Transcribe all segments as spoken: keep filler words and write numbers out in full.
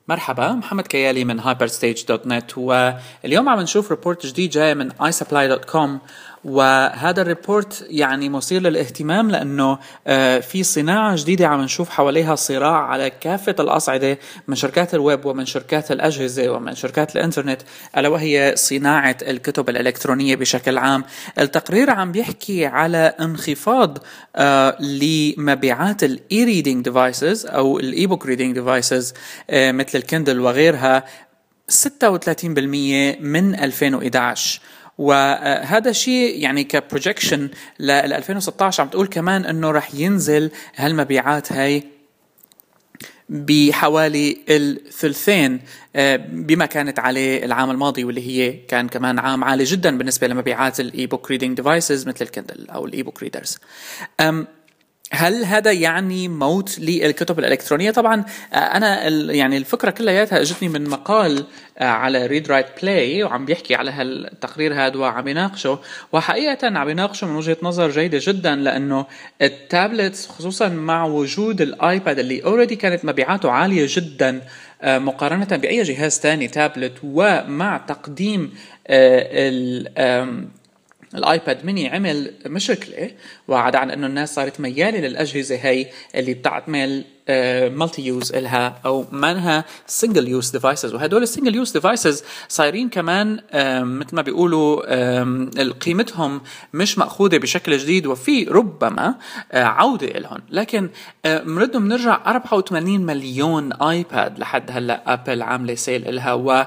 مرحبا، محمد كيالي من hyperstage دوت نت. واليوم عم نشوف ريبورت جديد جاي من اي سبلاي دوت كوم، وهذا الريبورت يعني مثير للاهتمام لأنه في صناعة جديدة عم نشوف حواليها صراع على كافة الأصعدة من شركات الويب ومن شركات الأجهزة ومن شركات الإنترنت، ألا وهي صناعة الكتب الإلكترونية بشكل عام. التقرير عم بيحكي على انخفاض لمبيعات الاي ريدينج ديفايسز أو الاي بوك ريدينج ديفايسز مثل الكندل وغيرها ستة وثلاثين بالمئة من ألفين وإحدى عشر. وهذا شيء يعني كبروجكشن ل ألفين وستة عشر عم تقول كمان انه رح ينزل هالمبيعات هاي بحوالي الثلثين بما كانت عليه العام الماضي، واللي هي كان كمان عام عالي جدا بالنسبة لمبيعات الاي بوك ريدينج ديفايسز مثل الكندل او الاي بوك ريدرز. هل هذا يعني موت للكتب الإلكترونية؟ طبعا أنا يعني الفكرة كلها اجتني من مقال على ريد رايت بلاي، وعم بيحكي على هالتقرير هذا وعم يناقشه، وحقيقة عم يناقشه من وجهة نظر جيدة جدا، لأنه التابلتس خصوصا مع وجود الآيباد اللي أوريدي كانت مبيعاته عالية جدا مقارنة بأي جهاز تاني تابلت، ومع تقديم ال الايباد ميني عمل مشكلة، وعدا عن انه الناس صارت ميالة للاجهزة هاي اللي بتعمل مالتي يوز الها او منها سنجل يوز ديفايسز. وهدول السنجل يوز ديفايسز صايرين كمان مثل ما بيقولوا قيمتهم مش مأخوذة بشكل جديد، وفي ربما عودة لهم. لكن مردهم نرجع أربعة وثمانين مليون ايباد لحد هلا ابل عاملة سيل الها، و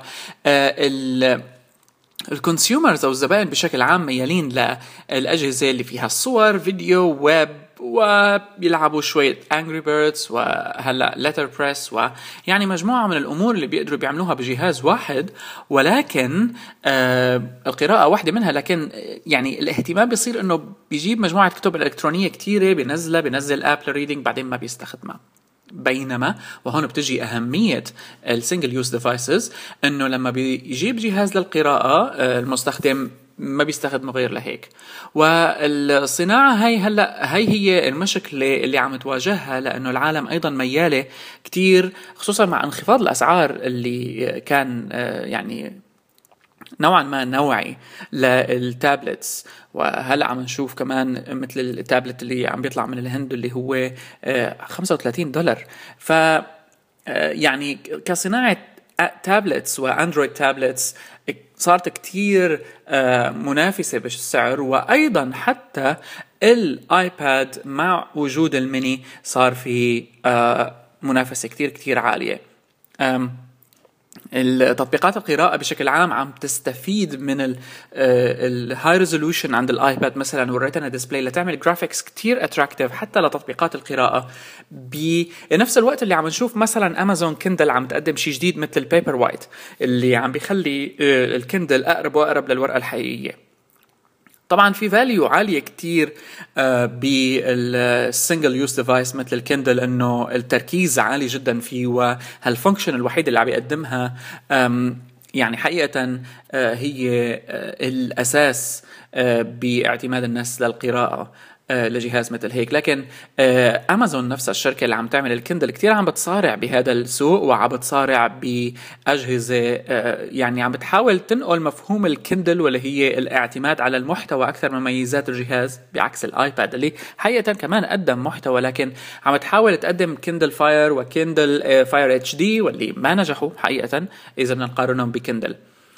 الكونسيومرز او الزبائن بشكل عام ميالين للاجهزه اللي فيها صور، فيديو، ويب، وبيلعبوا شويه انجري بيردز وهلا ليتر بريس، ويعني مجموعه من الامور اللي بيقدروا بيعملوها بجهاز واحد، ولكن آه القراءه واحده منها. لكن يعني الاهتمام بيصير انه بيجيب مجموعه كتب الكترونيه كتيره بينزلها، بينزل اب ريدنج بعدين ما بيستخدمها. بينما وهون بتجي أهمية السنجل يوز ديفايسز، إنه لما بيجيب جهاز للقراءة المستخدم ما بيستخدم غير لهيك. والصناعة هاي هلأ هاي هي المشكلة اللي عم تواجهها، لأنه العالم أيضا ميالة كتير خصوصا مع انخفاض الأسعار اللي كان يعني نوعا ما نوعي للتابلتس. وهلا عم نشوف كمان مثل التابلت اللي عم بيطلع من الهند اللي هو خمسة وثلاثين دولار. ف يعني كصناعة تابلتس واندرويد تابلتس صارت كتير منافسة بالسعر، وأيضا حتى الآيباد مع وجود الميني صار في منافسة كتير كتير عالية. التطبيقات القراءة بشكل عام عم تستفيد من الهاي ريزولوشن عند الايباد مثلا والريتنا ديسبلاي لتعمل جرافيكس كتير اتراكتيف حتى لتطبيقات القراءة. بنفس الوقت اللي عم نشوف مثلا امازون كندل عم تقدم شيء جديد مثل البيبر وايت اللي عم بيخلي الكندل اقرب واقرب للورقة الحقيقية. طبعا في فاليو عالية كتير بالسنجل يوز ديفايس مثل الكندل، انه التركيز عالي جدا فيه، وهالفانكشن الوحيدة اللي عم يقدمها يعني حقيقة هي الأساس باعتماد الناس للقراءة لجهاز مثل هيك. لكن أمازون نفسها الشركة اللي عم تعمل الكندل كتير عم بتصارع بهذا السوق، وعم بتصارع بأجهزة يعني عم بتحاول تنقل مفهوم الكندل واللي هي الاعتماد على المحتوى أكثر من ميزات الجهاز، بعكس الآيباد اللي حقيقة كمان قدم محتوى، لكن عم تحاول تقدم كندل فاير وكندل فاير اتش دي واللي ما نجحوا حقيقة إذا بدنا نقارنهم بكندل.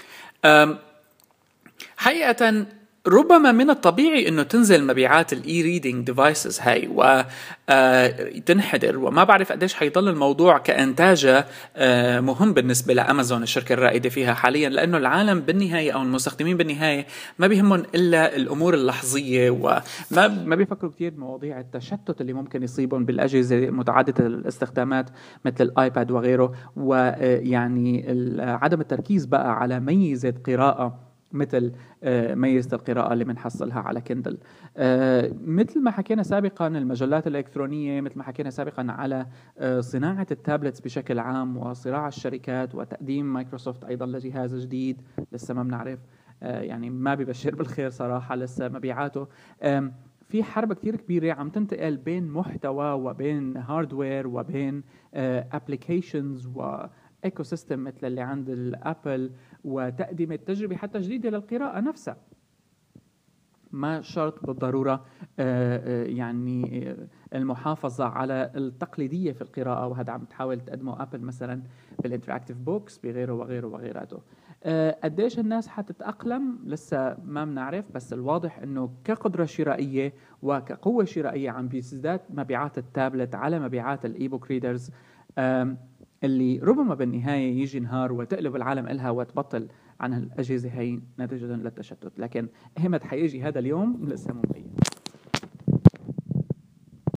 حقيقة ربما من الطبيعي انه تنزل مبيعات الاي ريدينج ديفايسز هاي وتنحدر، وما بعرف قديش حيضل الموضوع كانتاجه مهم بالنسبه لامازون الشركه الرائده فيها حاليا، لانه العالم بالنهايه او المستخدمين بالنهايه ما بيهمهم الا الامور اللحظيه، وما ما بيفكروا كثير بمواضيع التشتت اللي ممكن يصيبهم بالاجهزه متعدده الاستخدامات مثل الايباد وغيره، ويعني عدم التركيز بقى على ميزه قراءه مثل ميزة القراءة اللي بنحصلها على كندل. مثل ما حكينا سابقا المجلات الإلكترونية، مثل ما حكينا سابقا على صناعة التابلتس بشكل عام وصراع الشركات وتقديم مايكروسوفت أيضا لجهاز جديد لسه ما بنعرف، يعني ما بيبشر بالخير صراحة لسه مبيعاته. في حرب كتير كبيرة عم تنتقل بين محتوى وبين هاردوير وبين ابليكيشنز و ايكو سيستم مثل اللي عند الابل، وتقديم تجربة حتى جديدة للقراءة نفسها. ما شرط بالضرورة يعني المحافظة على التقليدية في القراءة، وهذا عم تحاول تقدمه أبل مثلا بالانتراكتيف بوكس بغيره وغيره وغيراته. قديش الناس حتتأقلم لسه ما بنعرف، بس الواضح انه كقدرة شرائية وكقوة شرائية عم بيزداد مبيعات التابلت على مبيعات الاي بوك ريدرز، اللي ربما بالنهاية يجي نهار وتقلب العالم إلها وتبطل عن الأجهزة هي نتيجة للتشتت، لكن همت حيجي هذا اليوم لسه مبين.